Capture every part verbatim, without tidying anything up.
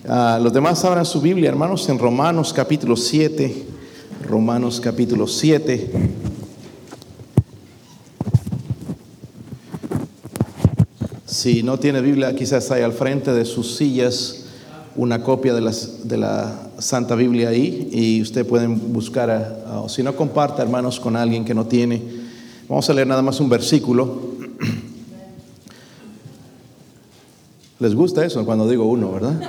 Uh, los demás abran su Biblia, hermanos, en Romanos capítulo siete. Romanos capítulo siete. Si no tiene Biblia, quizás hay al frente de sus sillas una copia de, las, de la Santa Biblia ahí, y usted pueden buscar, a, o si no, comparta, hermanos, con alguien que no tiene. Vamos a leer nada más un versículo. ¿Les gusta eso cuando digo uno, verdad?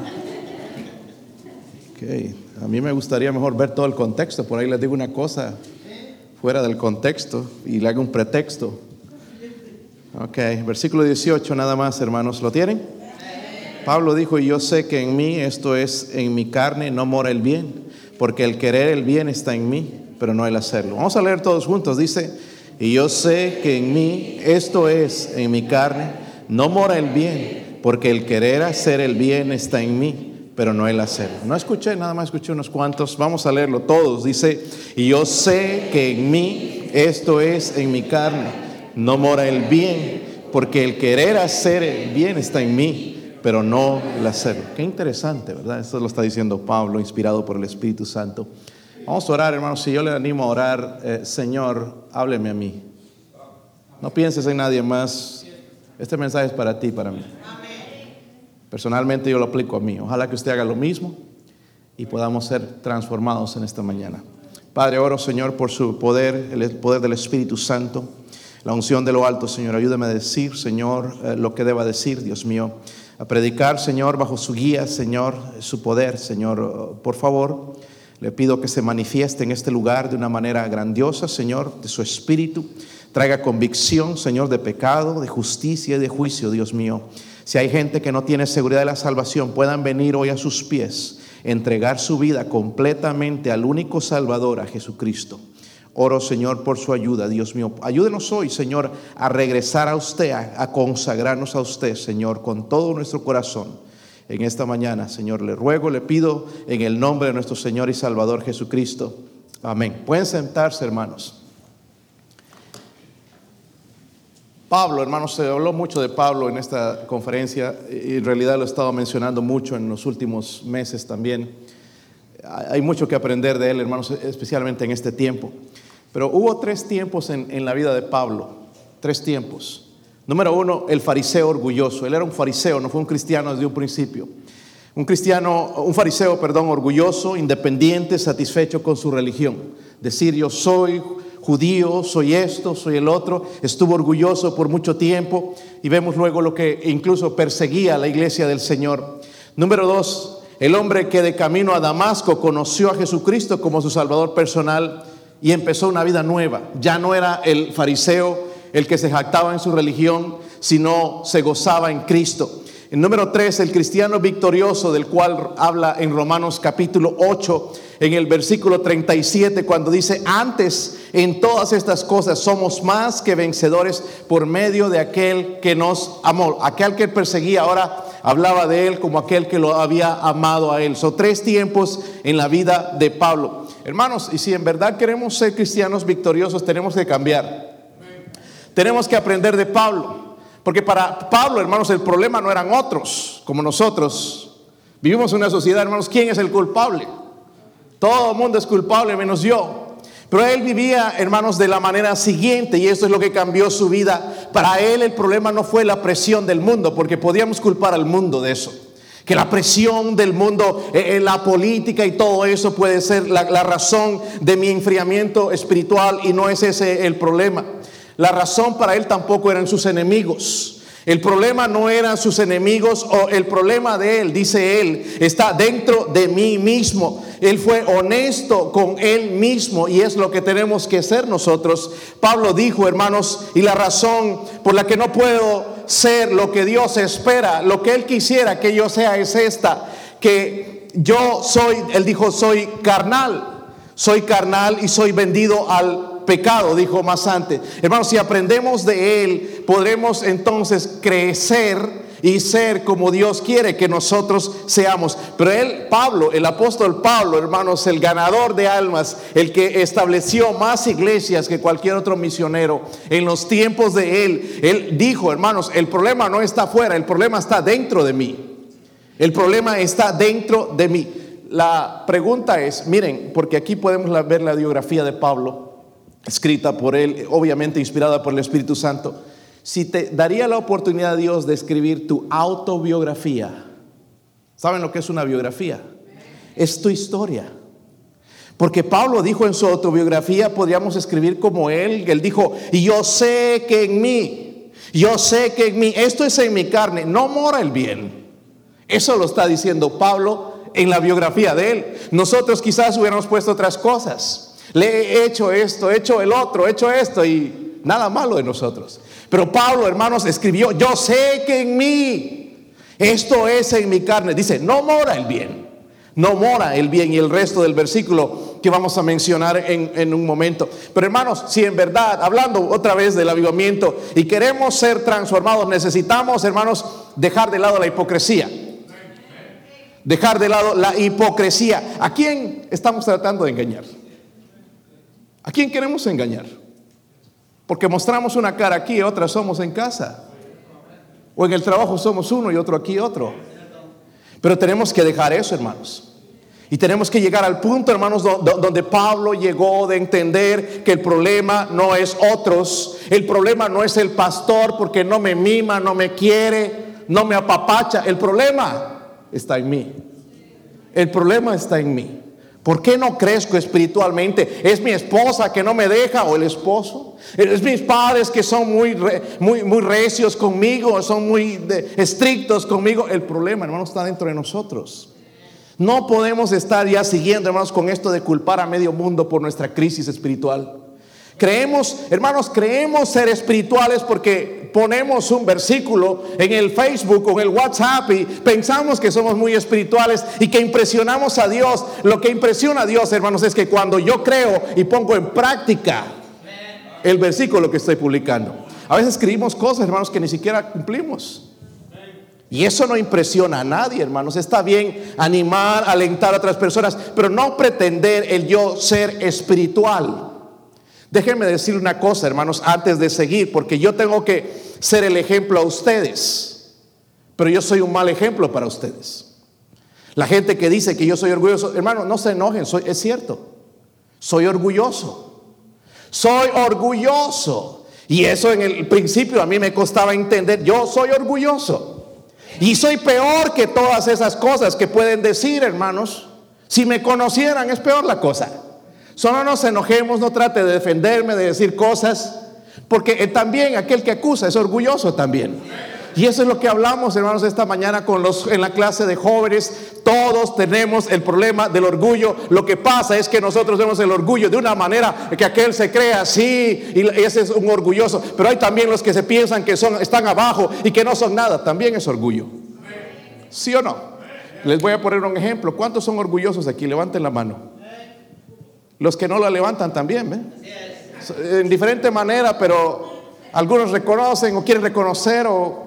Okay. A mí me gustaría mejor ver todo el contexto. Por ahí les digo una cosa fuera del contexto y le hago un pretexto. Ok, versículo dieciocho nada más, hermanos. ¿Lo tienen? Pablo dijo: y yo sé que en mí, esto es, en mi carne, no mora el bien, porque el querer el bien está en mí, pero no el hacerlo. Vamos a leer todos juntos. Dice: y yo sé que en mí, esto es, en mi carne, no mora el bien, porque el querer hacer el bien está en mí, pero no el hacerlo. No escuché, nada más escuché unos cuantos. Vamos a leerlo todos. Dice: y yo sé que en mí, esto es, en mi carne, no mora el bien, porque el querer hacer el bien está en mí, pero no el hacerlo. Qué interesante, ¿verdad? Esto lo está diciendo Pablo, inspirado por el Espíritu Santo. Vamos a orar, hermanos. Si yo le animo a orar, eh, Señor, hábleme a mí. No pienses en nadie más. Este mensaje es para ti, para mí. Personalmente yo lo aplico a mí. Ojalá que usted haga lo mismo y podamos ser transformados en esta mañana. Padre, oro, Señor, por su poder, el poder del Espíritu Santo, la unción de lo alto, Señor. Ayúdame a decir, Señor, eh, lo que deba decir, Dios mío. A predicar, Señor, bajo su guía, Señor, su poder, Señor. Por favor, le pido que se manifieste en este lugar de una manera grandiosa, Señor, de su Espíritu. Traiga convicción, Señor, de pecado, de justicia y de juicio, Dios mío. Si hay gente que no tiene seguridad de la salvación, puedan venir hoy a sus pies, entregar su vida completamente al único Salvador, a Jesucristo. Oro, Señor, por su ayuda, Dios mío. Ayúdenos hoy, Señor, a regresar a usted, a, a consagrarnos a usted, Señor, con todo nuestro corazón. En esta mañana, Señor, le ruego, le pido en el nombre de nuestro Señor y Salvador Jesucristo. Amén. Pueden sentarse, hermanos. Pablo, hermanos, se habló mucho de Pablo en esta conferencia y en realidad lo he estado mencionando mucho en los últimos meses también. Hay mucho que aprender de él, hermanos, especialmente en este tiempo. Pero hubo tres tiempos en, en la vida de Pablo, tres tiempos. Número uno, el fariseo orgulloso. Él era un fariseo, no fue un cristiano desde un principio. Un cristiano, un fariseo, perdón, orgulloso, independiente, satisfecho con su religión. Decir: yo soy judío, soy esto, soy el otro. Estuvo orgulloso por mucho tiempo y vemos luego lo que incluso perseguía a la iglesia del Señor. Número dos, el hombre que de camino a Damasco conoció a Jesucristo como su Salvador personal y empezó una vida nueva. Ya no era el fariseo el que se jactaba en su religión, sino se gozaba en Cristo. El número tres, el cristiano victorioso, del cual habla en Romanos capítulo ocho, en el versículo treinta y siete, cuando dice: antes en todas estas cosas somos más que vencedores por medio de aquel que nos amó. Aquel que perseguía, ahora hablaba de él como aquel que lo había amado a él. Son tres tiempos en la vida de Pablo. Hermanos, y si en verdad queremos ser cristianos victoriosos, tenemos que cambiar. Tenemos que aprender de Pablo. Porque para Pablo, hermanos, el problema no eran otros como nosotros. Vivimos en una sociedad, hermanos, ¿quién es el culpable? Todo el mundo es culpable menos yo. Pero él vivía, hermanos, de la manera siguiente, y esto es lo que cambió su vida. Para él el problema no fue la presión del mundo, porque podíamos culpar al mundo de eso. Que la presión del mundo, eh, la política y todo eso puede ser la, la razón de mi enfriamiento espiritual, y no es ese el problema. La razón para él tampoco eran sus enemigos. El problema no eran sus enemigos, o el problema de él, dice él, está dentro de mí mismo. Él fue honesto con él mismo, y es lo que tenemos que ser nosotros. Pablo dijo, hermanos, y la razón por la que no puedo ser lo que Dios espera, lo que él quisiera que yo sea, es esta: que yo soy, él dijo, soy carnal, soy carnal y soy vendido al pecado, dijo más antes. Hermanos, si aprendemos de él, podremos entonces crecer y ser como Dios quiere que nosotros seamos. Pero él, Pablo, el apóstol Pablo, hermanos, el ganador de almas, el que estableció más iglesias que cualquier otro misionero en los tiempos de él, él dijo, hermanos, el problema no está afuera, el problema está dentro de mí. El problema está dentro de mí. La pregunta es, miren, porque aquí podemos ver la biografía de Pablo, escrita por él, obviamente inspirada por el Espíritu Santo. Si te daría la oportunidad a Dios de escribir tu autobiografía, ¿saben lo que es una biografía? Es tu historia. Porque Pablo dijo en su autobiografía, podríamos escribir como él, él dijo, y yo sé que en mí, yo sé que en mí, esto es en mi carne, no mora el bien. Eso lo está diciendo Pablo en la biografía de él. Nosotros quizás hubiéramos puesto otras cosas. Le he hecho esto, he hecho el otro, he hecho esto y nada malo de nosotros. Pero Pablo, hermanos, escribió, yo sé que en mí, esto es en mi carne. Dice, no mora el bien. No mora el bien. Y el resto del versículo que vamos a mencionar en, en un momento. Pero hermanos, si en verdad, hablando otra vez del avivamiento y queremos ser transformados, necesitamos, hermanos, dejar de lado la hipocresía. Dejar de lado la hipocresía. ¿A quién estamos tratando de engañar? ¿A quién queremos engañar? Porque mostramos una cara aquí y otra somos en casa. O en el trabajo somos uno y otro aquí y otro. Pero tenemos que dejar eso, hermanos. Y tenemos que llegar al punto, hermanos, donde Pablo llegó de entender que el problema no es otros. El problema no es el pastor porque no me mima, no me quiere, no me apapacha. El problema está en mí. El problema está en mí. ¿Por qué no crezco espiritualmente? ¿Es mi esposa que no me deja o el esposo? ¿Es mis padres que son muy, muy, muy recios conmigo, son muy de, estrictos conmigo? El problema, hermanos, está dentro de nosotros. No podemos estar ya siguiendo, hermanos, con esto de culpar a medio mundo por nuestra crisis espiritual. Creemos, hermanos, creemos ser espirituales porque ponemos un versículo en el Facebook o en el WhatsApp y pensamos que somos muy espirituales y que impresionamos a Dios. Lo que impresiona a Dios, hermanos, es que cuando yo creo y pongo en práctica el versículo que estoy publicando. A veces escribimos cosas, hermanos, que ni siquiera cumplimos. Y eso no impresiona a nadie, hermanos. Está bien animar, alentar a otras personas, pero no pretender el yo ser espiritual. Déjenme decir una cosa, hermanos, antes de seguir, porque yo tengo que ser el ejemplo a ustedes, pero yo soy un mal ejemplo para ustedes. La gente que dice que yo soy orgulloso, hermanos, no se enojen, soy, es cierto, soy orgulloso, soy orgulloso. Y eso en el principio a mí me costaba entender, yo soy orgulloso. Y soy peor que todas esas cosas que pueden decir, hermanos. Si me conocieran es peor la cosa. Solo no nos enojemos, no trate de defenderme, de decir cosas, porque también aquel que acusa es orgulloso también. Y eso es lo que hablamos, hermanos, esta mañana con los, en la clase de jóvenes. Todos tenemos el problema del orgullo. Lo que pasa es que nosotros vemos el orgullo de una manera que aquel se crea así y ese es un orgulloso. Pero hay también los que se piensan que son, están abajo y que no son nada. También es orgullo. ¿Sí o no? Les voy a poner un ejemplo. ¿Cuántos son orgullosos aquí? Levanten la mano. Los que no la levantan también, ¿eh? En diferente manera, pero algunos reconocen o quieren reconocer o...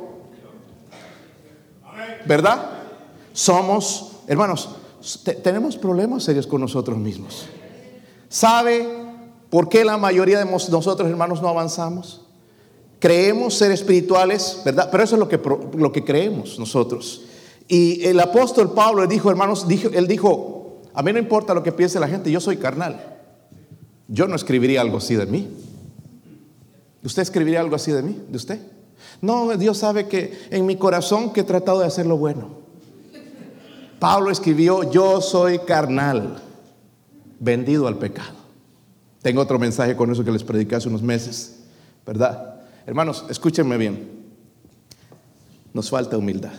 ¿Verdad? Somos, hermanos, te, tenemos problemas serios con nosotros mismos. ¿Sabe por qué la mayoría de nosotros, hermanos, no avanzamos? Creemos ser espirituales, ¿verdad? Pero eso es lo que, lo que creemos nosotros. Y el apóstol Pablo dijo, hermanos, dijo, él dijo, a mí no importa lo que piense la gente, yo soy carnal. Yo no escribiría algo así de mí. ¿Usted escribiría algo así de mí? ¿De usted? No, Dios sabe que en mi corazón que he tratado de hacer lo bueno. Pablo escribió, yo soy carnal, vendido al pecado. Tengo otro mensaje con eso que les prediqué hace unos meses, ¿verdad? Hermanos, escúchenme bien. Nos falta humildad.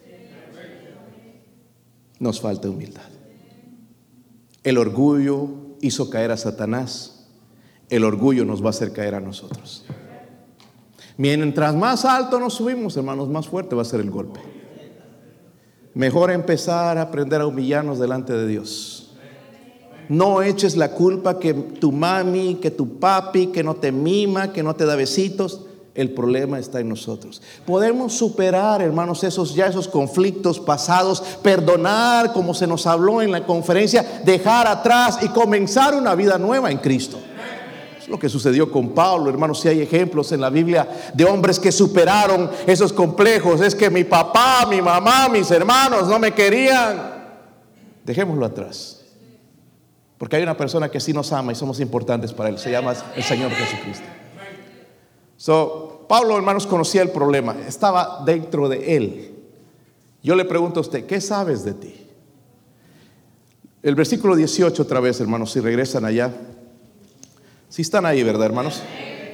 Nos falta humildad. El orgullo hizo caer a Satanás. El orgullo nos va a hacer caer a nosotros. Mientras más alto nos subimos, hermanos, más fuerte va a ser el golpe. Mejor empezar a aprender a humillarnos delante de Dios. No eches la culpa que tu mami, que tu papi, que no te mima, que no te da besitos. El problema está en nosotros. Podemos superar, hermanos, esos ya esos conflictos pasados, perdonar como se nos habló en la conferencia, dejar atrás y comenzar una vida nueva en Cristo. Es lo que sucedió con Pablo, hermanos. Si hay ejemplos en la Biblia de hombres que superaron esos complejos. Es que mi papá, mi mamá, mis hermanos no me querían. Dejémoslo atrás, porque hay una persona que sí nos ama y somos importantes para Él. Se llama el Señor Jesucristo. So, Pablo, hermanos, conocía el problema. Estaba dentro de Él. Yo le pregunto a usted, ¿qué sabes de ti? El versículo dieciocho otra vez, hermanos, si regresan allá. Si están ahí, ¿verdad, hermanos?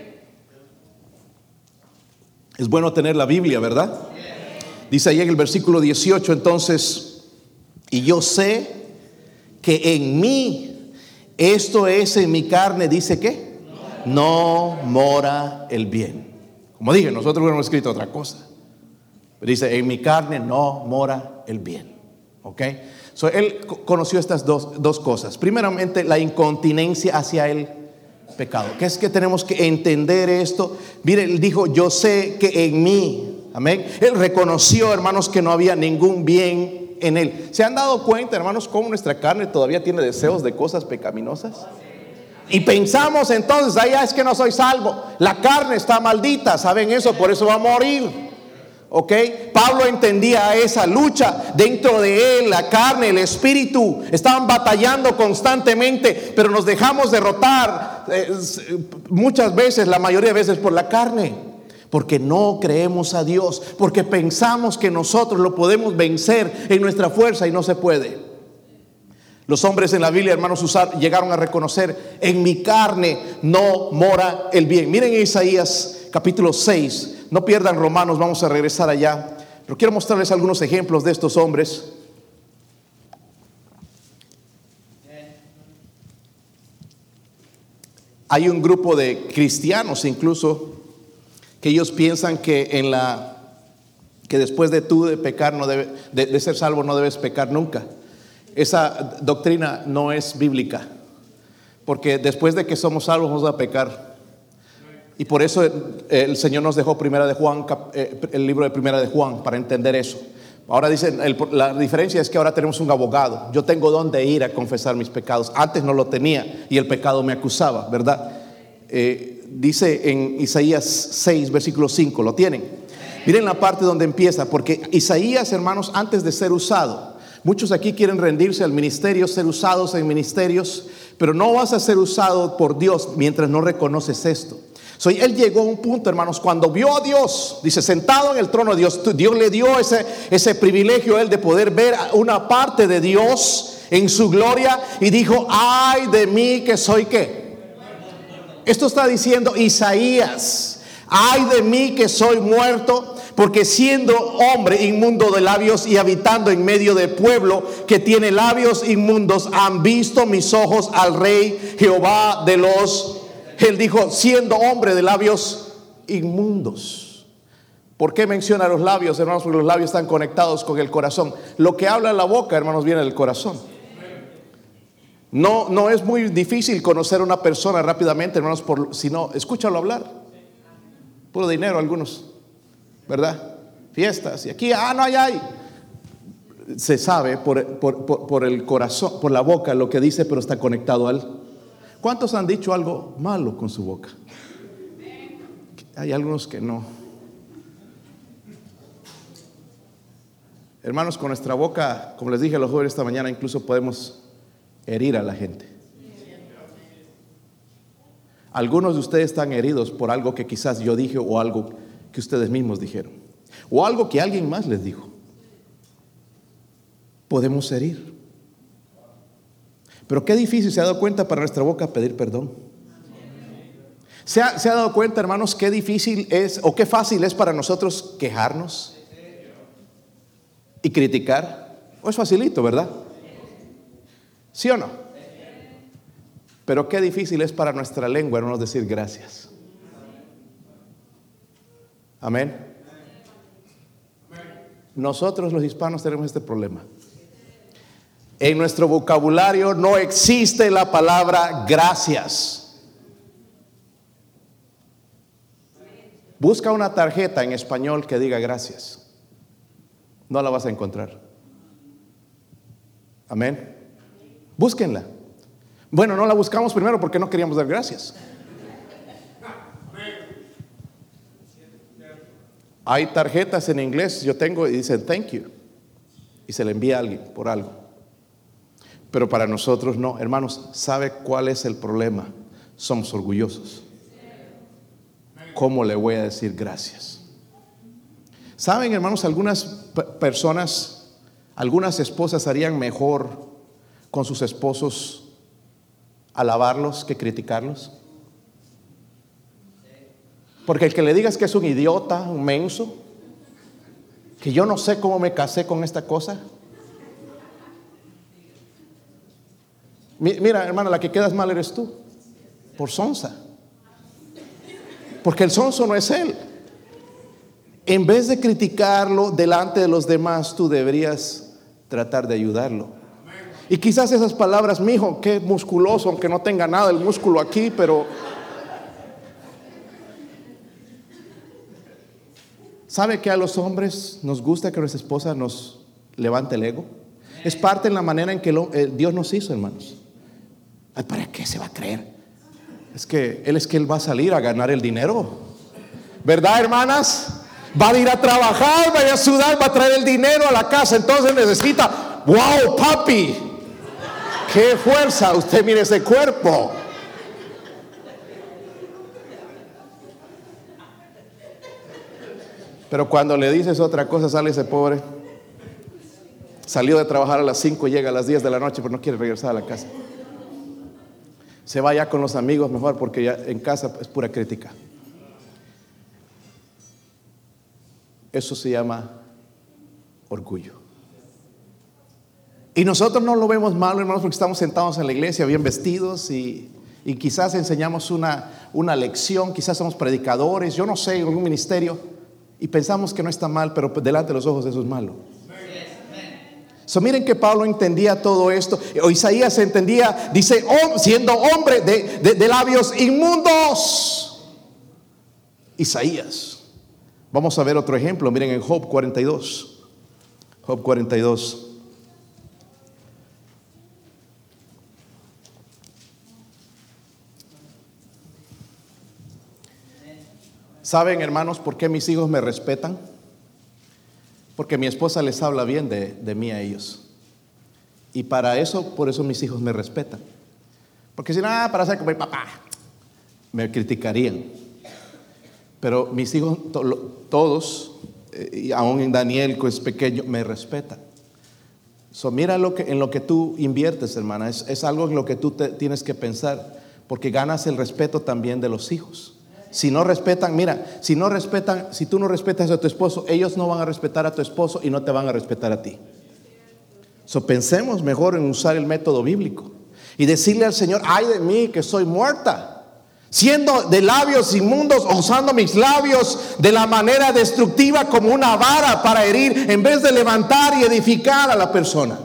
Es bueno tener la Biblia, ¿verdad? Dice ahí en el versículo dieciocho, entonces, y yo sé que en mí, esto es en mi carne, dice que no mora el bien. Como dije, nosotros hubiéramos escrito otra cosa. Pero dice, en mi carne no mora el bien. ¿Ok? So, él conoció estas dos, dos cosas. Primeramente, la incontinencia hacia el pecado. ¿Qué es que tenemos que entender esto? Mire, él dijo, yo sé que en mí, amén. Él reconoció, hermanos, que no había ningún bien en él. ¿Se han dado cuenta, hermanos, cómo nuestra carne todavía tiene deseos de cosas pecaminosas? Y pensamos entonces, ahí es que no soy salvo. La carne está maldita, ¿saben eso? Por eso va a morir. ¿Ok? Pablo entendía esa lucha dentro de él, la carne, el espíritu, estaban batallando constantemente, pero nos dejamos derrotar eh, muchas veces, la mayoría de veces por la carne, porque no creemos a Dios, porque pensamos que nosotros lo podemos vencer en nuestra fuerza y no se puede. Los hombres en la Biblia, hermanos, usar, llegaron a reconocer, en mi carne no mora el bien. Miren Isaías capítulo seis. No pierdan Romanos, vamos a regresar allá. Pero quiero mostrarles algunos ejemplos de estos hombres. Hay un grupo de cristianos incluso que ellos piensan que en la que después de tú de pecar no debe, de, de ser salvo no debes pecar nunca. Esa doctrina no es bíblica, porque después de que somos salvos vamos a pecar. Y por eso el Señor nos dejó Primera de Juan, el libro de Primera de Juan, para entender eso. Ahora dicen, el, la diferencia es que ahora tenemos un abogado. Yo tengo donde ir a confesar mis pecados. Antes no lo tenía y el pecado me acusaba, ¿verdad? Eh, dice en Isaías seis, versículo cinco, ¿lo tienen? Miren la parte donde empieza, porque Isaías, hermanos, antes de ser usado, muchos aquí quieren rendirse al ministerio, ser usados en ministerios, pero no vas a ser usado por Dios mientras no reconoces esto. So, él llegó a un punto, hermanos, cuando vio a Dios, dice, sentado en el trono de Dios, Dios le dio ese, ese privilegio a él de poder ver una parte de Dios en su gloria, y dijo, ay de mí que soy ¿qué? Esto está diciendo Isaías, ay de mí que soy muerto, porque siendo hombre inmundo de labios y habitando en medio del pueblo que tiene labios inmundos, han visto mis ojos al Rey Jehová de los... Él dijo, siendo hombre de labios inmundos. ¿Por qué menciona los labios, hermanos? Porque los labios están conectados con el corazón. Lo que habla la boca, hermanos, viene del corazón. No, no es muy difícil conocer a una persona rápidamente, hermanos, por, si no, escúchalo hablar. Puro dinero algunos, ¿verdad? Fiestas y aquí, ah, no hay, hay. Se sabe por, por, por, por el corazón, por la boca lo que dice, pero está conectado al... ¿Cuántos han dicho algo malo con su boca? Hay algunos que no. Hermanos, con nuestra boca, como les dije a los jóvenes esta mañana, incluso podemos herir a la gente. Algunos de ustedes están heridos por algo que quizás yo dije o algo que ustedes mismos dijeron, o algo que alguien más les dijo. Podemos herir. Pero qué difícil, ¿se ha dado cuenta para nuestra boca pedir perdón? ¿Se ha, ¿Se ha dado cuenta, hermanos, qué difícil es o qué fácil es para nosotros quejarnos y criticar? ¿O es facilito, verdad? ¿Sí o no? Pero qué difícil es para nuestra lengua, hermanos, decir gracias. Amén. Nosotros los hispanos tenemos este problema. En nuestro vocabulario no existe la palabra gracias. Busca una tarjeta en español que diga gracias. No la vas a encontrar. Amén. Búsquenla. Bueno, no la buscamos primero porque no queríamos dar gracias. Hay tarjetas en inglés, yo tengo, y dicen thank you. Y se le envía a alguien por algo. Pero para nosotros no. Hermanos, ¿sabe cuál es el problema? Somos orgullosos. ¿Cómo le voy a decir gracias? ¿Saben, hermanos? Algunas p- personas, algunas esposas harían mejor con sus esposos alabarlos que criticarlos. Porque el que le digas que es un idiota, un menso, que yo no sé cómo me casé con esta cosa. Mi- Mira, hermano, la que quedas mal eres tú, por sonsa. Porque el sonso no es él. En vez de criticarlo delante de los demás, tú deberías tratar de ayudarlo. Y quizás esas palabras, mijo, qué musculoso, aunque no tenga nada el músculo aquí, pero ¿sabe que a los hombres nos gusta que nuestra esposa nos levante el ego? Es parte de la manera en que lo, eh, Dios nos hizo, hermanos. Ay, ¿para qué se va a creer? Es que él es que él va a salir a ganar el dinero, ¿verdad, hermanas? Va a ir a trabajar, va a ir a sudar, va a traer el dinero a la casa. Entonces necesita, wow, papi, qué fuerza, usted mire ese cuerpo. Pero cuando le dices otra cosa, sale ese pobre. Salió de trabajar a las cinco y llega a las diez de la noche, pero no quiere regresar a la casa. Se va ya con los amigos mejor, porque ya en casa es pura crítica. Eso se llama orgullo. Y nosotros no lo vemos malo, hermanos, porque estamos sentados en la iglesia bien vestidos y, y quizás enseñamos una, una lección, quizás somos predicadores, yo no sé, en algún ministerio, y pensamos que no está mal, pero delante de los ojos eso es malo. So, miren que Pablo entendía todo esto. O Isaías entendía, dice, oh, siendo hombre de, de, de labios inmundos. Isaías. Vamos a ver otro ejemplo. Miren en Job cuarenta y dos. Job cuarenta y dos. ¿Saben, hermanos, por qué mis hijos me respetan? Porque mi esposa les habla bien de, de mí a ellos. Y para eso, por eso mis hijos me respetan. Porque si no, ah, para ser como mi papá, me criticarían. Pero mis hijos, to, lo, todos, eh, y aún en Daniel, que es pequeño, me respetan. So, mira lo que, en lo que tú inviertes, hermana. Es, es algo en lo que tú te, tienes que pensar. Porque ganas el respeto también de los hijos. Si no respetan, mira, si no respetan, si tú no respetas a tu esposo, ellos no van a respetar a tu esposo y no te van a respetar a ti. So, pensemos mejor en usar el método bíblico y decirle al Señor, ay de mí que soy muerta, siendo de labios inmundos, usando mis labios de la manera destructiva como una vara para herir, en vez de levantar y edificar a la persona.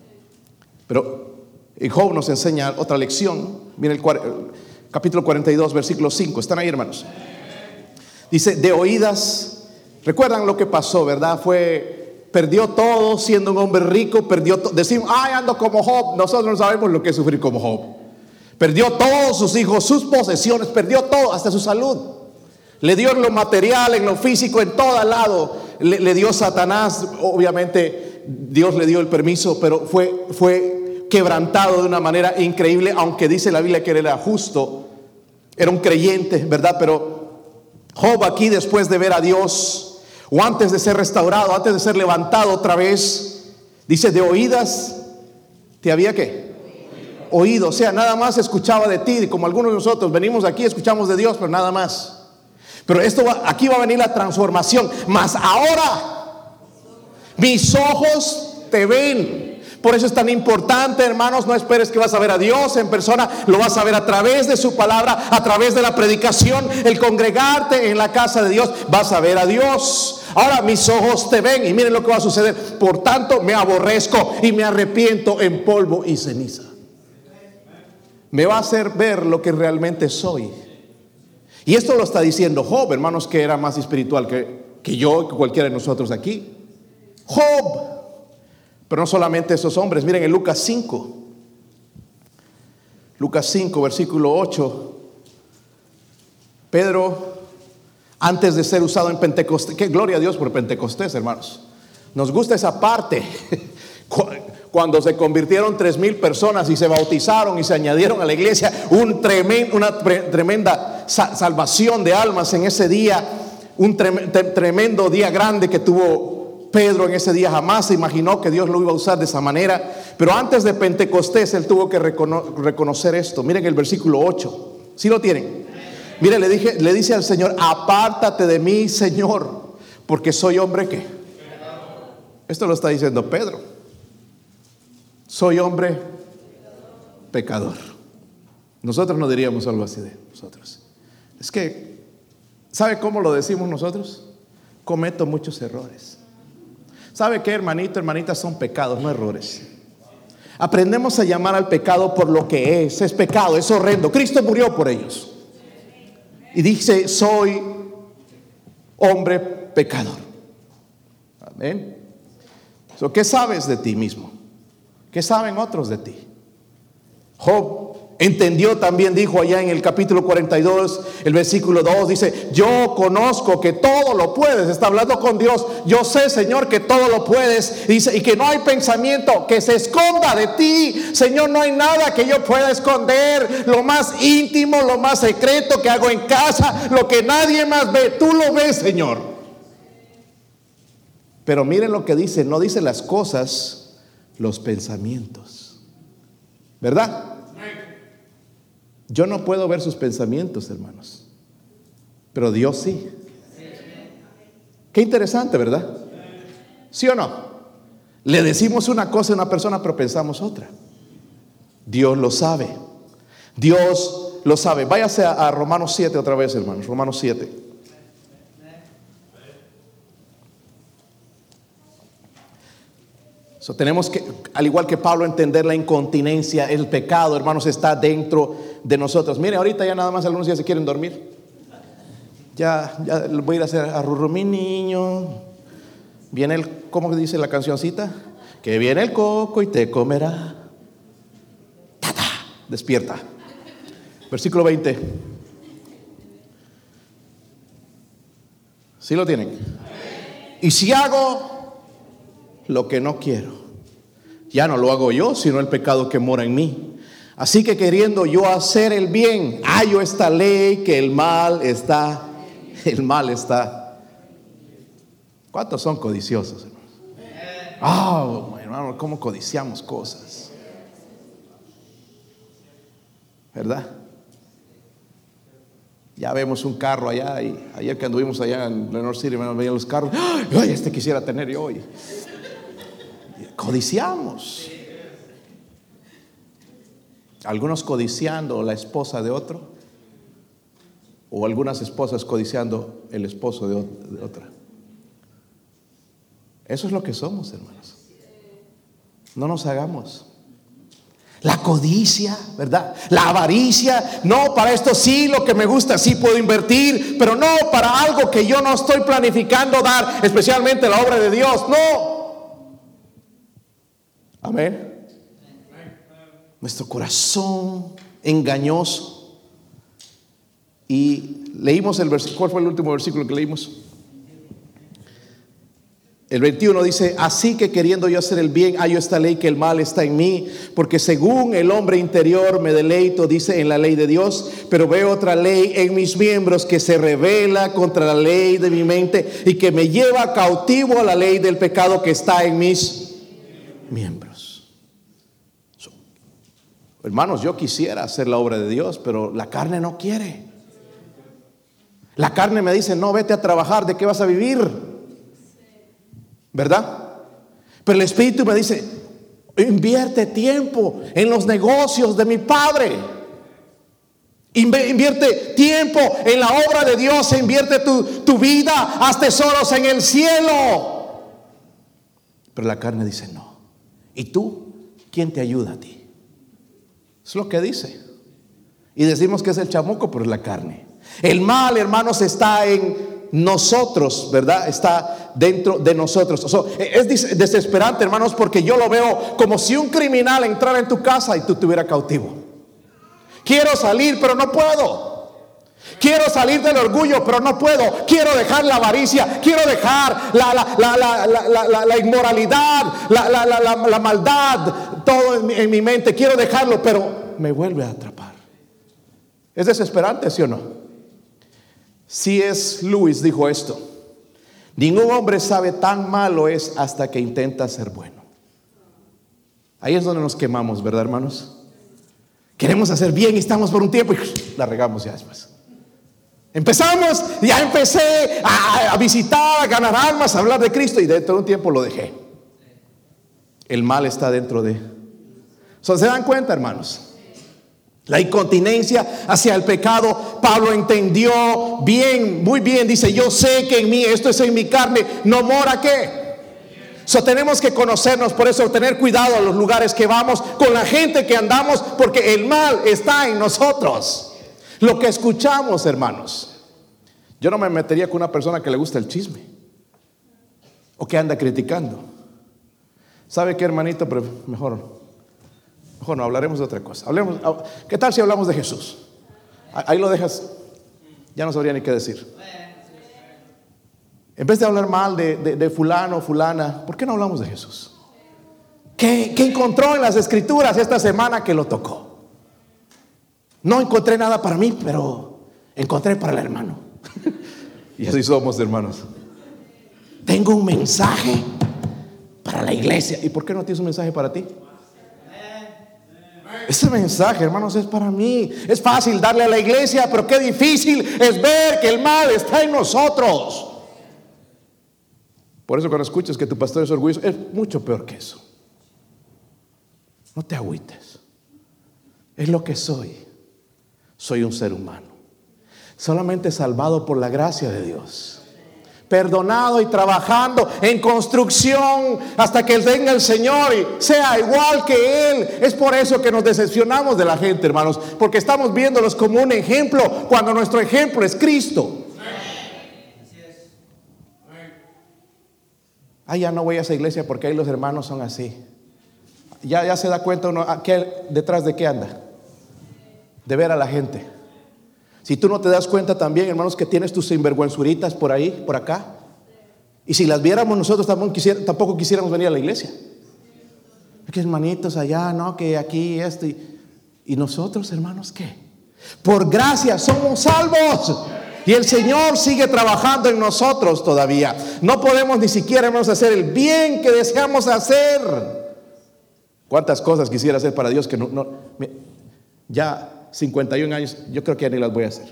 Pero Job nos enseña otra lección. Mira el capítulo cuarenta y dos, versículo cinco. ¿Están ahí, hermanos? Dice, de oídas. ¿Recuerdan lo que pasó, verdad? Fue, perdió todo siendo un hombre rico, perdió todo. Decimos, ay, ando como Job. Nosotros no sabemos lo que es sufrir como Job. Perdió todos sus hijos, sus posesiones, perdió todo, hasta su salud. Le dio en lo material, en lo físico, en todo lado. Le, le dio Satanás, obviamente Dios le dio el permiso, pero fue, fue quebrantado de una manera increíble, aunque dice la Biblia que él era justo, era un creyente, ¿verdad? Pero Job aquí, después de ver a Dios, o antes de ser restaurado, antes de ser levantado otra vez, dice, de oídas te había ¿qué? Oído, o sea, nada más escuchaba de ti, como algunos de nosotros venimos aquí, escuchamos de Dios, pero nada más. Pero esto va, aquí va a venir la transformación. Mas ahora mis ojos te ven. Por eso es tan importante, hermanos, no esperes que vas a ver a Dios en persona, lo vas a ver a través de su palabra, a través de la predicación, el congregarte en la casa de Dios, vas a ver a Dios. Ahora mis ojos te ven y miren lo que va a suceder. Por tanto me aborrezco y me arrepiento en polvo y ceniza. Me va a hacer ver lo que realmente soy. Y esto lo está diciendo Job, hermanos, que era más espiritual que, que yo, que cualquiera de nosotros aquí. Job. Pero no solamente esos hombres. Miren en Lucas cinco. Lucas cinco, versículo ocho. Pedro antes de ser usado en Pentecostés. ¡Qué gloria a Dios por Pentecostés, hermanos! Nos gusta esa parte. Cuando se convirtieron tres mil personas y se bautizaron y se añadieron a la iglesia, un tremen, una tremenda salvación de almas en ese día, un tremendo día grande que tuvo Pedro en ese día. Jamás se imaginó que Dios lo iba a usar de esa manera, pero antes de Pentecostés él tuvo que recono- reconocer esto. Miren el versículo ocho, ¿sí lo tienen? Mire, le, dije, le dice al Señor: apártate de mí, Señor, porque soy hombre ¿qué? Esto lo está diciendo Pedro. Soy hombre pecador. Nosotros no diríamos algo así de nosotros. Es que, ¿sabe cómo lo decimos nosotros? Cometo muchos errores. ¿Sabe qué, hermanito, hermanita? Son pecados, no errores. Aprendemos a llamar al pecado por lo que es. Es pecado, es horrendo. Cristo murió por ellos. Y dice: soy hombre pecador. Amén. So, ¿qué sabes de ti mismo? ¿Qué saben otros de ti? Job entendió también, dijo allá en el capítulo cuarenta y dos, el versículo dos, dice: yo conozco que todo lo puedes. Está hablando con Dios. Yo sé, Señor, que todo lo puedes. Dice, y que no hay pensamiento que se esconda de ti. Señor, no hay nada que yo pueda esconder. Lo más íntimo, lo más secreto que hago en casa, lo que nadie más ve, tú lo ves, Señor. Pero miren lo que dice. No dice las cosas, los pensamientos, ¿verdad? Yo no puedo ver sus pensamientos, hermanos, pero Dios sí. Qué interesante, ¿verdad? ¿Sí o no? Le decimos una cosa a una persona, pero pensamos otra. Dios lo sabe. Dios lo sabe. Váyase a, a Romanos siete otra vez, hermanos. Romanos siete. So, tenemos que, al igual que Pablo, entender la incontinencia, el pecado, hermanos, está dentro de nosotros. Mire, ahorita ya nada más algunos ya se quieren dormir. Ya, ya voy a ir a hacer arrurru mi niño. Viene el, ¿cómo dice la cancioncita? Que viene el coco y te comerá. ¡Tata! Despierta. Versículo veinte. ¿Sí lo tienen? Y si hago lo que no quiero, ya no lo hago yo, sino el pecado que mora en mí. Así que queriendo yo hacer el bien, hallo esta ley que el mal está, el mal está. ¿Cuántos son codiciosos, hermanos? Oh, hermano, cómo codiciamos cosas, ¿verdad? Ya vemos un carro allá, y ayer que anduvimos allá en Lenore City, veían los carros. ¡Ay, este quisiera tener yo hoy! Codiciamos. Algunos codiciando la esposa de otro, o algunas esposas codiciando el esposo de otra. Eso es lo que somos, hermanos. No nos hagamos. La codicia, ¿verdad? La avaricia. No, para esto sí, lo que me gusta sí puedo invertir, pero no para algo que yo no estoy planificando dar, especialmente la obra de Dios. No. Amén. Nuestro corazón engañoso. Y leímos el versículo. ¿Cuál fue el último versículo que leímos? El veintiuno dice: así que queriendo yo hacer el bien, hallo esta ley que el mal está en mí, porque según el hombre interior me deleito, dice, en la ley de Dios, pero veo otra ley en mis miembros que se rebela contra la ley de mi mente y que me lleva cautivo a la ley del pecado que está en mis miembros. So, hermanos, yo quisiera hacer la obra de Dios, pero la carne no quiere. La carne me dice: no, vete a trabajar, ¿de qué vas a vivir? ¿Verdad? Pero el Espíritu me dice: invierte tiempo en los negocios de mi Padre. Invierte tiempo en la obra de Dios. Invierte tu, tu vida. Haz tesoros en el cielo. Pero la carne dice: no. ¿Y tú? ¿Quién te ayuda a ti? Es lo que dice. Y decimos que es el chamuco, pero es la carne. El mal, hermanos, está en nosotros, ¿verdad? Está dentro de nosotros. O sea, es desesperante, hermanos, porque yo lo veo como si un criminal entrara en tu casa y tú estuvieras cautivo. Quiero salir, pero no puedo. Quiero salir del orgullo, pero no puedo. Quiero dejar la avaricia, quiero dejar la, la, la, la, la, la, la inmoralidad, la, la, la, la, la maldad, todo en mi, en mi mente. Quiero dejarlo, pero me vuelve a atrapar. ¿Es desesperante, sí o no? C S Lewis dijo esto: ningún hombre sabe tan malo es hasta que intenta ser bueno. Ahí es donde nos quemamos, ¿verdad, hermanos? Queremos hacer bien y estamos por un tiempo y la regamos ya después. Empezamos, ya empecé a, a visitar, a ganar almas, a hablar de Cristo, y dentro de un tiempo lo dejé. El mal está dentro de. So, ¿se dan cuenta, hermanos? La incontinencia hacia el pecado, Pablo entendió bien, muy bien. Dice: yo sé que en mí, esto es en mi carne, no mora ¿qué? So, tenemos que conocernos, por eso tener cuidado a los lugares que vamos, con la gente que andamos, porque el mal está en nosotros. Lo que escuchamos, hermanos. Yo no me metería con una persona que le gusta el chisme o que anda criticando. ¿Sabe qué, hermanito? Pero mejor, mejor no, hablaremos de otra cosa. Hablemos, ¿qué tal si hablamos de Jesús? Ahí lo dejas, ya no sabría ni qué decir. En vez de hablar mal de, de, de fulano o fulana, ¿por qué no hablamos de Jesús? ¿Qué, qué encontró en las Escrituras esta semana que lo tocó? No encontré nada para mí, pero encontré para el hermano. Y así somos, hermanos. Tengo un mensaje para la iglesia. ¿Y por qué no tienes un mensaje para ti? Ese mensaje, hermanos, es para mí. Es fácil darle a la iglesia, pero qué difícil es ver que el mal está en nosotros. Por eso cuando escuchas que tu pastor es orgulloso, es mucho peor que eso. No te agüites. Es lo que soy. Soy un ser humano, solamente salvado por la gracia de Dios, perdonado y trabajando en construcción hasta que venga el Señor y sea igual que Él. Es por eso que nos decepcionamos de la gente, hermanos, porque estamos viéndolos como un ejemplo cuando nuestro ejemplo es Cristo. Ah, ya no voy a esa iglesia porque ahí los hermanos son así. Ya, ya se da cuenta uno, ¿qué, detrás de qué anda? De ver a la gente. Si tú no te das cuenta también, hermanos, que tienes tus sinvergüenzuritas por ahí, por acá, y si las viéramos nosotros tampoco, quisiera, tampoco quisiéramos venir a la iglesia. Que hermanitos allá, no, que aquí esto y, y nosotros, hermanos, ¿qué? Por gracia somos salvos. Y el Señor sigue trabajando en nosotros todavía. No podemos ni siquiera, hermanos, hacer el bien que deseamos hacer. ¿Cuántas cosas quisiera hacer para Dios que no, no ya cincuenta y un años, yo creo que ya ni las voy a hacer?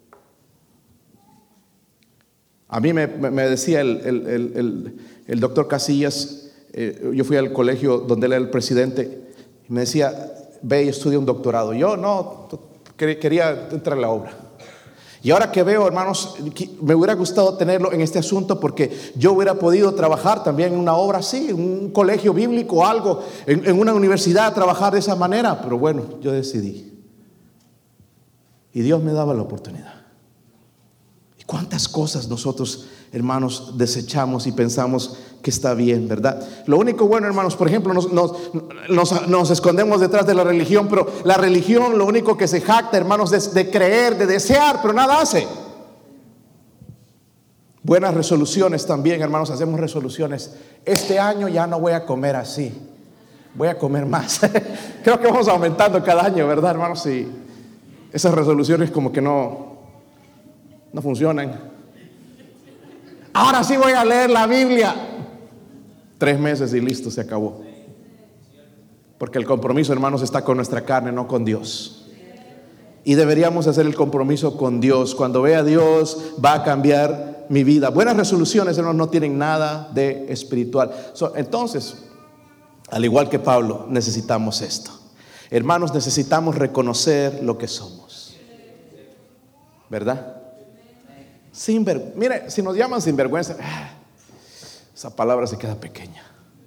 A mí me, me decía el, el, el, el, el doctor Casillas, eh, yo fui al colegio donde él era el presidente, y me decía: ve y estudia un doctorado. Yo no, quería entrar en la obra. Y ahora que veo, hermanos, me hubiera gustado tenerlo en este asunto, porque yo hubiera podido trabajar también en una obra así, en un colegio bíblico, algo, en, en una universidad, trabajar de esa manera. Pero bueno, yo decidí. Y Dios me daba la oportunidad. ¿Y cuántas cosas nosotros, hermanos, desechamos y pensamos que está bien, verdad? Lo único bueno, hermanos, por ejemplo, nos, nos, nos, nos escondemos detrás de la religión, pero la religión lo único que se jacta, hermanos, es de creer, de desear, pero nada hace. Buenas resoluciones también, hermanos, hacemos resoluciones. Este año ya no voy a comer así, voy a comer más. Creo que vamos aumentando cada año, ¿verdad, hermanos? Y esas resoluciones como que no, no funcionan. Ahora sí voy a leer la Biblia. Tres meses y listo, se acabó. Porque el compromiso, hermanos, está con nuestra carne, no con Dios. Y deberíamos hacer el compromiso con Dios. Cuando vea a Dios, va a cambiar mi vida. Buenas resoluciones, hermanos, no tienen nada de espiritual. So, entonces, al igual que Pablo, necesitamos esto. Hermanos, necesitamos reconocer lo que somos, ¿verdad? Sinver, mire, si nos llaman sinvergüenza, esa palabra se queda pequeña.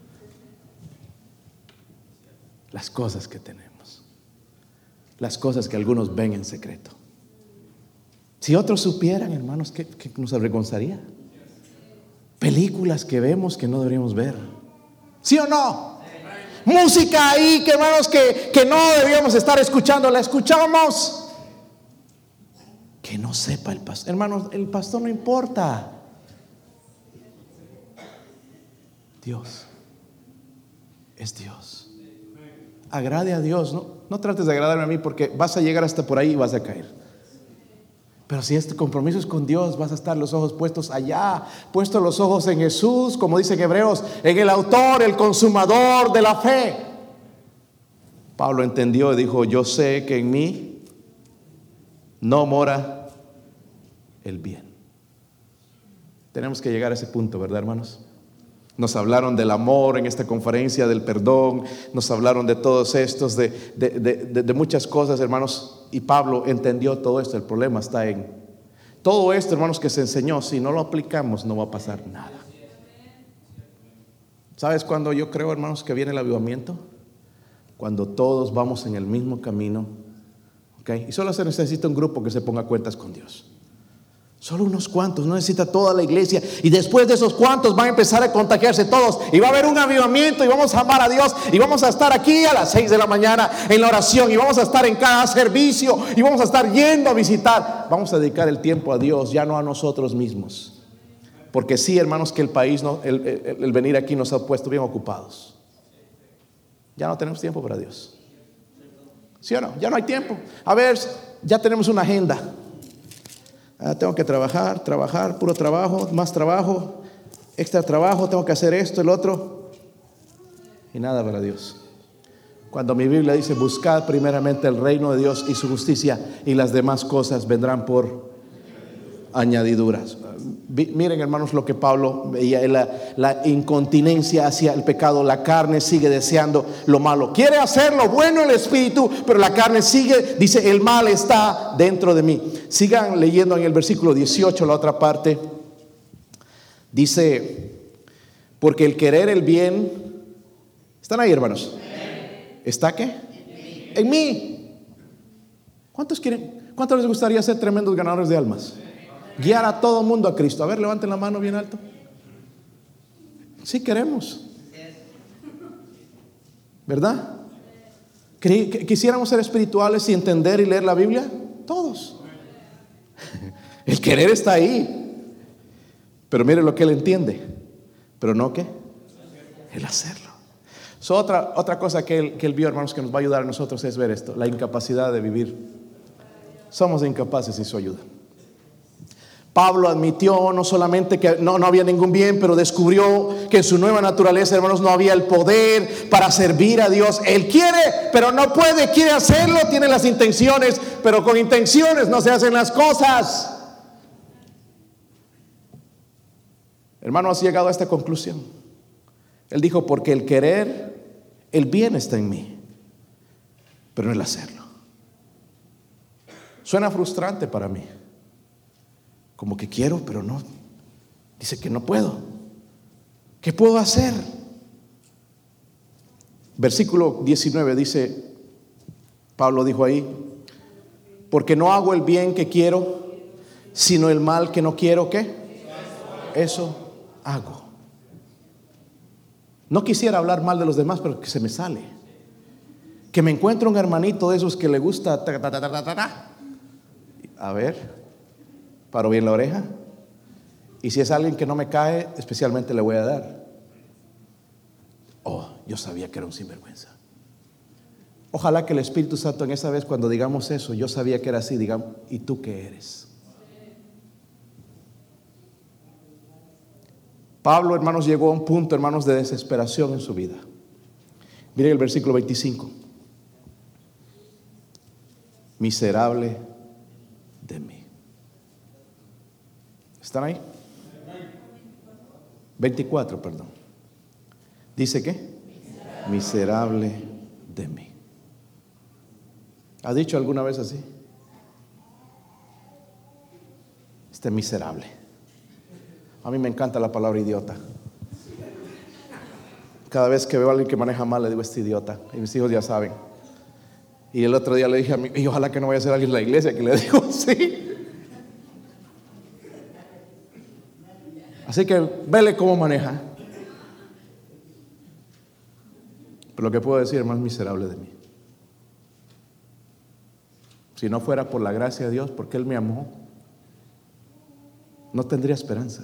Las cosas que tenemos, las cosas que algunos ven en secreto. Si otros supieran, hermanos, ¿qué, qué nos avergonzaría? Películas que vemos que no deberíamos ver. ¿Sí o no? Música ahí, que hermanos, que, que no deberíamos estar escuchando, la escuchamos. Qué que no sepa el pastor. Hermanos, el pastor no importa. Dios es Dios. Agrade a Dios. No, no trates de agradarme a mí, porque vas a llegar hasta por ahí y vas a caer. Pero si este compromiso es con Dios, vas a estar los ojos puestos allá, puestos los ojos en Jesús, como dice en Hebreos, en el autor, el consumador de la fe. Pablo entendió y dijo: yo sé que en mí no mora el bien. Tenemos que llegar a ese punto, ¿verdad, hermanos? Nos hablaron del amor en esta conferencia, del perdón, nos hablaron de todos estos, de, de, de, de, de muchas cosas, hermanos, y Pablo entendió todo esto. El problema está en todo esto, hermanos, que se enseñó. Si no lo aplicamos, no va a pasar nada. ¿Sabes cuándo yo creo, hermanos, que viene el avivamiento? Cuando todos vamos en el mismo camino, ¿okay? Y solo se necesita un grupo que se ponga cuentas con Dios. Solo unos cuantos, no necesita toda la iglesia. Y después de esos cuantos van a empezar a contagiarse todos. Y va a haber un avivamiento y vamos a amar a Dios. Y vamos a estar aquí a las seis de la mañana en la oración. Y vamos a estar en cada servicio. Y vamos a estar yendo a visitar. Vamos a dedicar el tiempo a Dios, ya no a nosotros mismos. Porque sí, hermanos, que el país, no, el, el, el venir aquí nos ha puesto bien ocupados. Ya no tenemos tiempo para Dios. ¿Sí o no? Ya no hay tiempo. A ver, ya tenemos una agenda. Ah, tengo que trabajar, trabajar, puro trabajo, más trabajo, extra trabajo, tengo que hacer esto, el otro, y nada para Dios. Cuando mi Biblia dice: buscad primeramente el reino de Dios y su justicia, y las demás cosas vendrán por añadiduras. Miren, hermanos, lo que Pablo veía, la, la incontinencia hacia el pecado. La carne sigue deseando lo malo, quiere hacer lo bueno el espíritu, pero la carne sigue, dice: el mal está dentro de mí. Sigan leyendo en el versículo dieciocho, la otra parte. Dice: porque el querer el bien, ¿están ahí, hermanos? ¿Está qué? En mí. ¿Cuántos quieren? ¿Cuántos les gustaría ser tremendos ganadores de almas? Guiar a todo mundo a Cristo. A ver, levanten la mano bien alto. Sí queremos, ¿verdad? ¿Quisiéramos ser espirituales y entender y leer la Biblia? Todos. El querer está ahí. Pero mire lo que él entiende. Pero no que el hacerlo. So, otra, otra cosa que él, que él vio, hermanos, que nos va a ayudar a nosotros es ver esto: la incapacidad de vivir. Somos incapaces sin su ayuda. Pablo admitió no solamente que no, no había ningún bien, pero descubrió que en su nueva naturaleza, hermanos, no había el poder para servir a Dios. Él quiere, pero no puede. Quiere hacerlo, tiene las intenciones, pero con intenciones no se hacen las cosas. Hermano, has llegado a esta conclusión. Él dijo: porque el querer, el bien está en mí, pero no el hacerlo. Suena frustrante para mí. Como que quiero, pero no. Dice que no puedo. ¿Qué puedo hacer? Versículo diecinueve dice, Pablo dijo ahí: porque no hago el bien que quiero, sino el mal que no quiero. ¿Qué? Eso hago. No quisiera hablar mal de los demás, pero que se me sale. Que me encuentro un hermanito de esos que le gusta ta, ta, ta, ta, ta, ta. A ver, paro bien la oreja. Y si es alguien que no me cae, especialmente le voy a dar. Oh, yo sabía que era un sinvergüenza. Ojalá que el Espíritu Santo en esa vez, cuando digamos eso, yo sabía que era así, digamos: ¿y tú qué eres? Pablo, hermanos, llegó a un punto, hermanos, de desesperación en su vida. Miren el versículo veinticinco. Miserable de mí. ¿Están ahí? veinticuatro, perdón. ¿Dice qué? Miserable, Miserable de mí. ¿Ha dicho alguna vez así? Este miserable. A mí me encanta la palabra idiota. Cada vez que veo a alguien que maneja mal, le digo: este idiota. Y mis hijos ya saben. Y el otro día le dije a mí: y ojalá que no vaya a ser alguien en la iglesia que le digo sí. Así que vele cómo maneja. Pero lo que puedo decir es más miserable de mí. Si no fuera por la gracia de Dios, porque Él me amó, no tendría esperanza.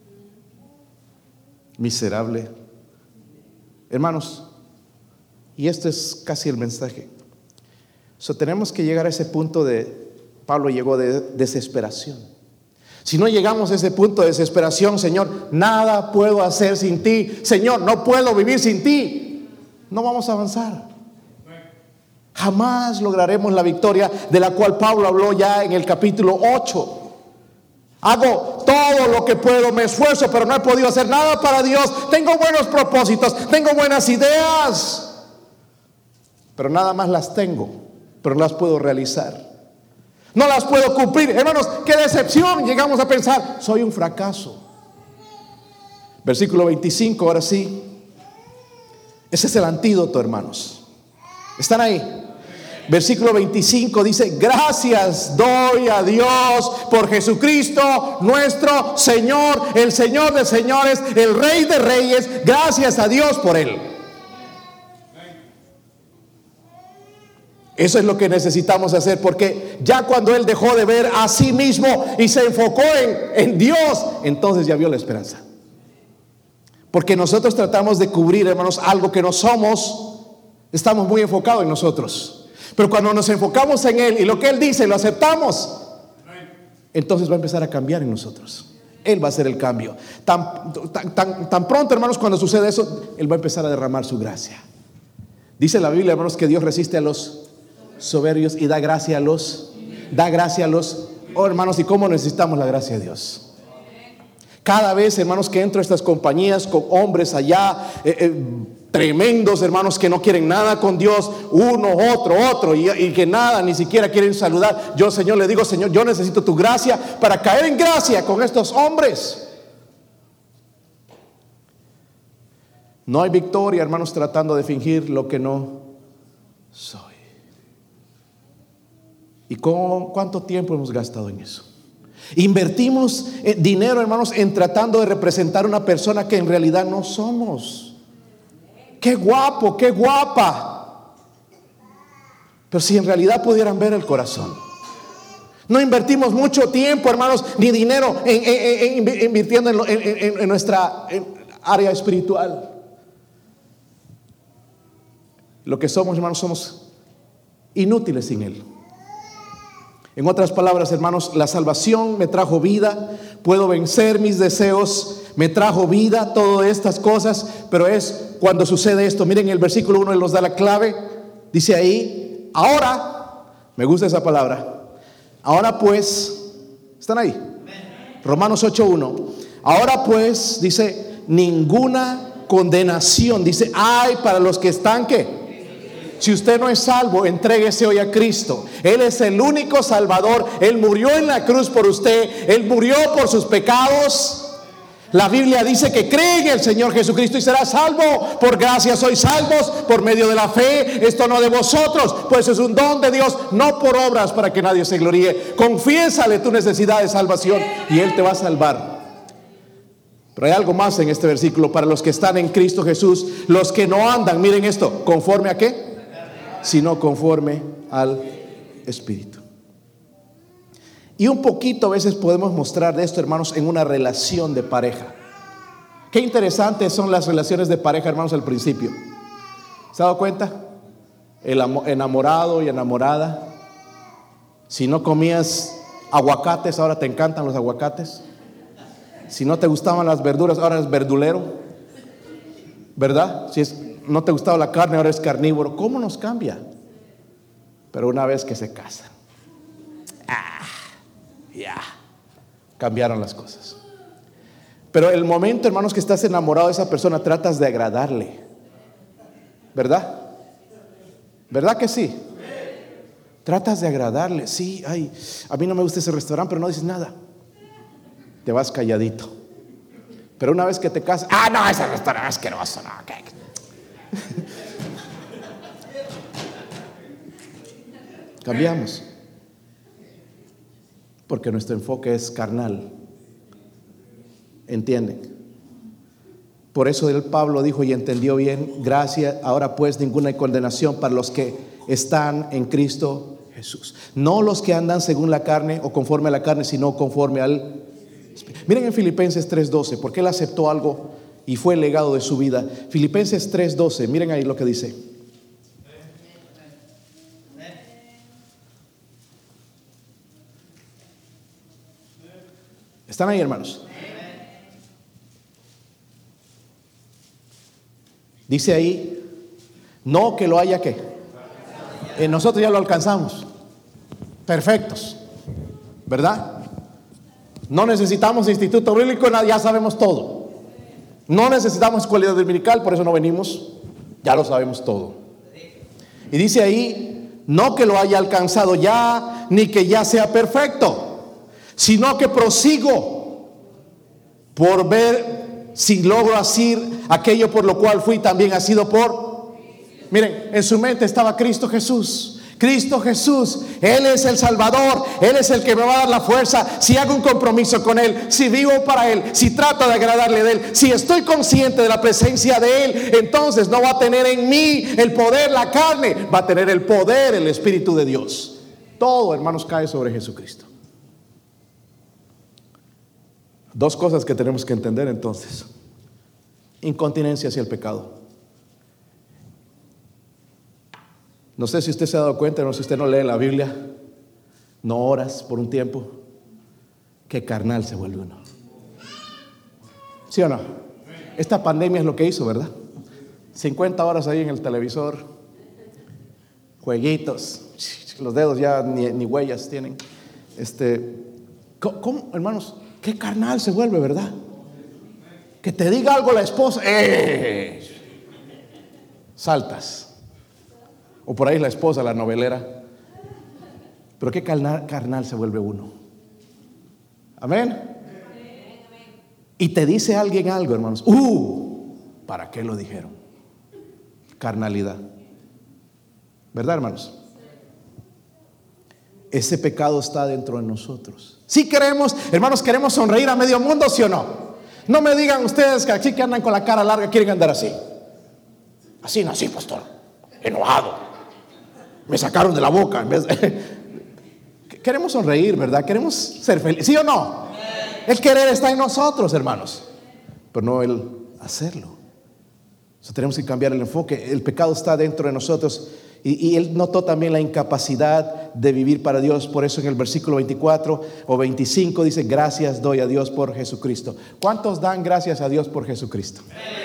Miserable. Hermanos, y este es casi el mensaje. So, tenemos que llegar a ese punto de, Pablo llegó de desesperación. Si no llegamos a ese punto de desesperación, Señor, nada puedo hacer sin ti. Señor, no puedo vivir sin ti. No vamos a avanzar. Jamás lograremos la victoria de la cual Pablo habló ya en el capítulo ocho. Hago todo lo que puedo, me esfuerzo, pero no he podido hacer nada para Dios. Tengo buenos propósitos, tengo buenas ideas, pero nada más las tengo, pero no las puedo realizar. No las puedo cumplir. Hermanos, qué decepción. Llegamos a pensar, soy un fracaso. Versículo veinticinco, ahora sí. Ese es el antídoto, hermanos. ¿Están ahí? Versículo veinticinco dice: gracias doy a Dios por Jesucristo nuestro Señor, el Señor de señores, el Rey de reyes. Gracias a Dios por Él. Eso es lo que necesitamos hacer, porque ya cuando Él dejó de ver a sí mismo y se enfocó en, en Dios, entonces ya vio la esperanza. Porque nosotros tratamos de cubrir, hermanos, algo que no somos. Estamos muy enfocados en nosotros. Pero cuando nos enfocamos en Él y lo que Él dice lo aceptamos, entonces va a empezar a cambiar en nosotros. Él va a hacer el cambio. Tan, tan, tan, tan pronto, hermanos, cuando sucede eso, Él va a empezar a derramar su gracia. Dice la Biblia, hermanos, que Dios resiste a los soberbios y da gracia a los, da gracia a los, oh hermanos, y cómo necesitamos la gracia de Dios. Cada vez, hermanos, que entro a estas compañías con hombres allá, eh, eh, tremendos, hermanos, que no quieren nada con Dios, uno, otro, otro, y, y que nada, ni siquiera quieren saludar. Yo, Señor, le digo: Señor, yo necesito tu gracia para caer en gracia con estos hombres. No hay victoria, hermanos, tratando de fingir lo que no soy. ¿Y con cuánto tiempo hemos gastado en eso? Invertimos eh, dinero, hermanos, en tratando de representar una persona que en realidad no somos. Qué guapo, qué guapa. Pero si en realidad pudieran ver el corazón. No invertimos mucho tiempo, hermanos, ni dinero en, en, en, en, invirtiendo en, en, en, en nuestra en área espiritual. Lo que somos, hermanos, somos inútiles sin Él. En otras palabras, hermanos, la salvación me trajo vida, puedo vencer mis deseos, me trajo vida, todas estas cosas, pero es cuando sucede esto. Miren, el versículo uno nos da la clave, dice ahí: ahora, me gusta esa palabra, ahora pues, ¿están ahí? Romanos ocho uno. Ahora pues, dice, ninguna condenación, dice, hay para los que están, ¿qué? Si usted no es salvo, entréguese hoy a Cristo. Él es el único Salvador. Él murió en la cruz por usted. Él murió por sus pecados. La Biblia dice que cree en el Señor Jesucristo y será salvo. Por gracia sois salvos por medio de la fe. Esto no de vosotros, pues es un don de Dios, no por obras para que nadie se gloríe. Confiésale tu necesidad de salvación y Él te va a salvar. Pero hay algo más en este versículo para los que están en Cristo Jesús. Los que no andan, miren esto, ¿conforme a qué? Sino conforme al Espíritu. Y un poquito a veces podemos mostrar de esto, hermanos, en una relación de pareja. Qué interesantes son las relaciones de pareja, hermanos, al principio. ¿Se ha dado cuenta? El enamorado y enamorada. Si no comías aguacates, ahora te encantan los aguacates. Si no te gustaban las verduras, ahora eres verdulero, ¿verdad? Si es, no te gustaba la carne, ahora eres carnívoro. ¿Cómo nos cambia? Pero una vez que se casan, ah, ya, yeah, cambiaron las cosas. Pero el momento, hermanos, que estás enamorado de esa persona, tratas de agradarle, ¿verdad? ¿Verdad que sí? Tratas de agradarle. Sí, ay, a mí no me gusta ese restaurante, pero no dices nada. Te vas calladito. Pero una vez que te casas, ah, no, ese restaurante es asqueroso, no, ¿qué? Cambiamos. Porque nuestro enfoque es carnal. ¿Entienden? Por eso el Pablo dijo y entendió bien: gracias, ahora pues ninguna condenación para los que están en Cristo Jesús. No los que andan según la carne o conforme a la carne, sino conforme al Miren en Filipenses tres doce, porque él aceptó algo y fue el legado de su vida. Filipenses tres doce, miren ahí lo que dice. ¿Están ahí, hermanos? Dice ahí, no que lo haya que. Eh, nosotros ya lo alcanzamos. Perfectos. ¿Verdad? No necesitamos instituto bíblico, ya sabemos todo. No necesitamos escuela dominical, por eso no venimos. Ya lo sabemos todo. Y dice ahí, no que lo haya alcanzado ya, ni que ya sea perfecto, sino que prosigo por ver si logro hacer aquello por lo cual fui también asido por. Miren, en su mente estaba Cristo Jesús. Cristo Jesús, Él es el Salvador, Él es el que me va a dar la fuerza. Si hago un compromiso con Él, si vivo para Él, si trato de agradarle a Él, si estoy consciente de la presencia de Él, entonces no va a tener en mí el poder la carne, va a tener el poder el Espíritu de Dios. Todo, hermanos, cae sobre Jesucristo. Dos cosas que tenemos que entender entonces: incontinencia hacia el pecado. No sé si usted se ha dado cuenta, no sé si usted no lee la Biblia, no oras por un tiempo, qué carnal se vuelve uno. ¿Sí o no? Esta pandemia es lo que hizo, ¿verdad? cincuenta horas ahí en el televisor, jueguitos, los dedos ya ni, ni huellas tienen. Este, ¿cómo, cómo, hermanos? Qué carnal se vuelve, ¿verdad? Que te diga algo la esposa, ¡eh! Saltas. O por ahí la esposa, la novelera. Pero qué carnal, carnal se vuelve uno. Amén. Y te dice alguien algo, hermanos. Uh, ¿para qué lo dijeron? Carnalidad. ¿Verdad, hermanos? Ese pecado está dentro de nosotros. Si queremos, hermanos, queremos sonreír a medio mundo, ¿sí o no? No me digan ustedes que aquí que andan con la cara larga quieren andar así. Así nací, pastor. Enojado. Me sacaron de la boca en vez de... Queremos sonreír, ¿verdad? Queremos ser felices, ¿sí o no? El querer está en nosotros, hermanos, pero no el hacerlo. O sea, tenemos que cambiar el enfoque. El pecado está dentro de nosotros. Y, y él notó también la incapacidad de vivir para Dios. Por eso en el versículo veinticuatro o veinticinco dice: gracias doy a Dios por Jesucristo. ¿Cuántos dan gracias a Dios por Jesucristo?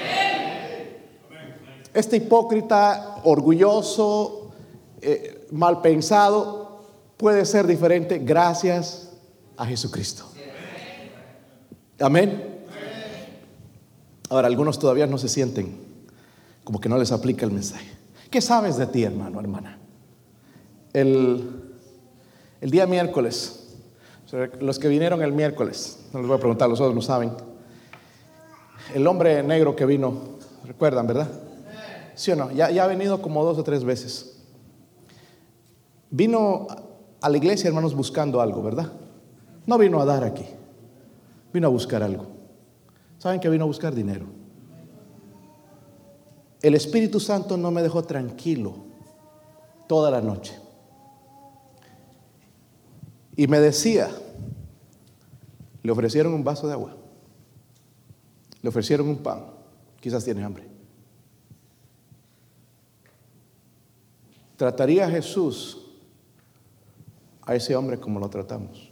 Este hipócrita, orgulloso, Eh, mal pensado, puede ser diferente gracias a Jesucristo. Amén. Ahora, algunos todavía no se sienten, como que no les aplica el mensaje. ¿Qué sabes de ti, hermano, hermana? El, el día miércoles, los que vinieron el miércoles, no les voy a preguntar, los otros no saben. El hombre negro que vino, recuerdan, ¿verdad? ¿Sí o no? Ya, ya ha venido como dos o tres veces. Vino a la iglesia, hermanos, buscando algo, ¿verdad? No vino a dar aquí, vino a buscar algo. ¿Saben que vino a buscar? Dinero. El Espíritu Santo no me dejó tranquilo toda la noche. Y me decía, le ofrecieron un vaso de agua, le ofrecieron un pan, quizás tiene hambre. ¿Trataría a Jesús a ese hombre como lo tratamos?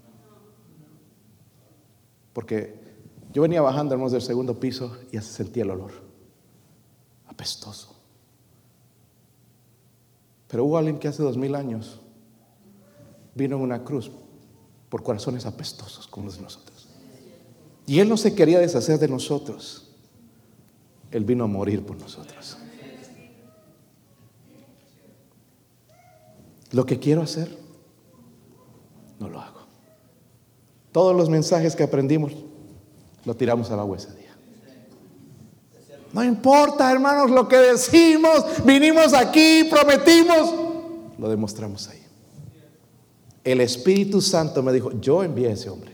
Porque yo venía bajando, hermanos, del segundo piso y ya se sentía el olor apestoso. Pero hubo alguien que hace dos mil años vino en una cruz por corazones apestosos como los de nosotros, y Él no se quería deshacer de nosotros. Él vino a morir por nosotros. Lo que quiero hacer, no lo hago. Todos los mensajes que aprendimos lo tiramos al agua ese día. No importa, hermanos, lo que decimos, vinimos aquí, prometimos, lo demostramos ahí. El Espíritu Santo me dijo: yo envié a ese hombre.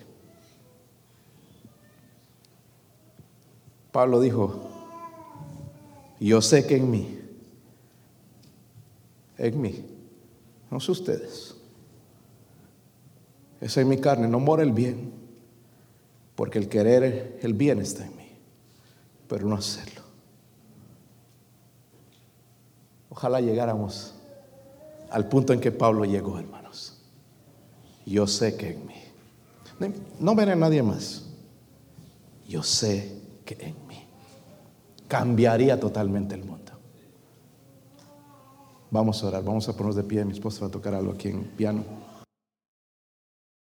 Pablo dijo: yo sé que en mí, en mí, no sé ustedes, es en mi carne, no mora el bien, Porque el querer el bien está en mí, pero no hacerlo. Ojalá llegáramos al punto en que Pablo llegó, hermanos. Yo sé que en mí, no ven a nadie más, yo sé que en mí cambiaría totalmente el mundo. Vamos a orar, vamos a ponernos de pie. Mi esposa va a tocar algo aquí en piano.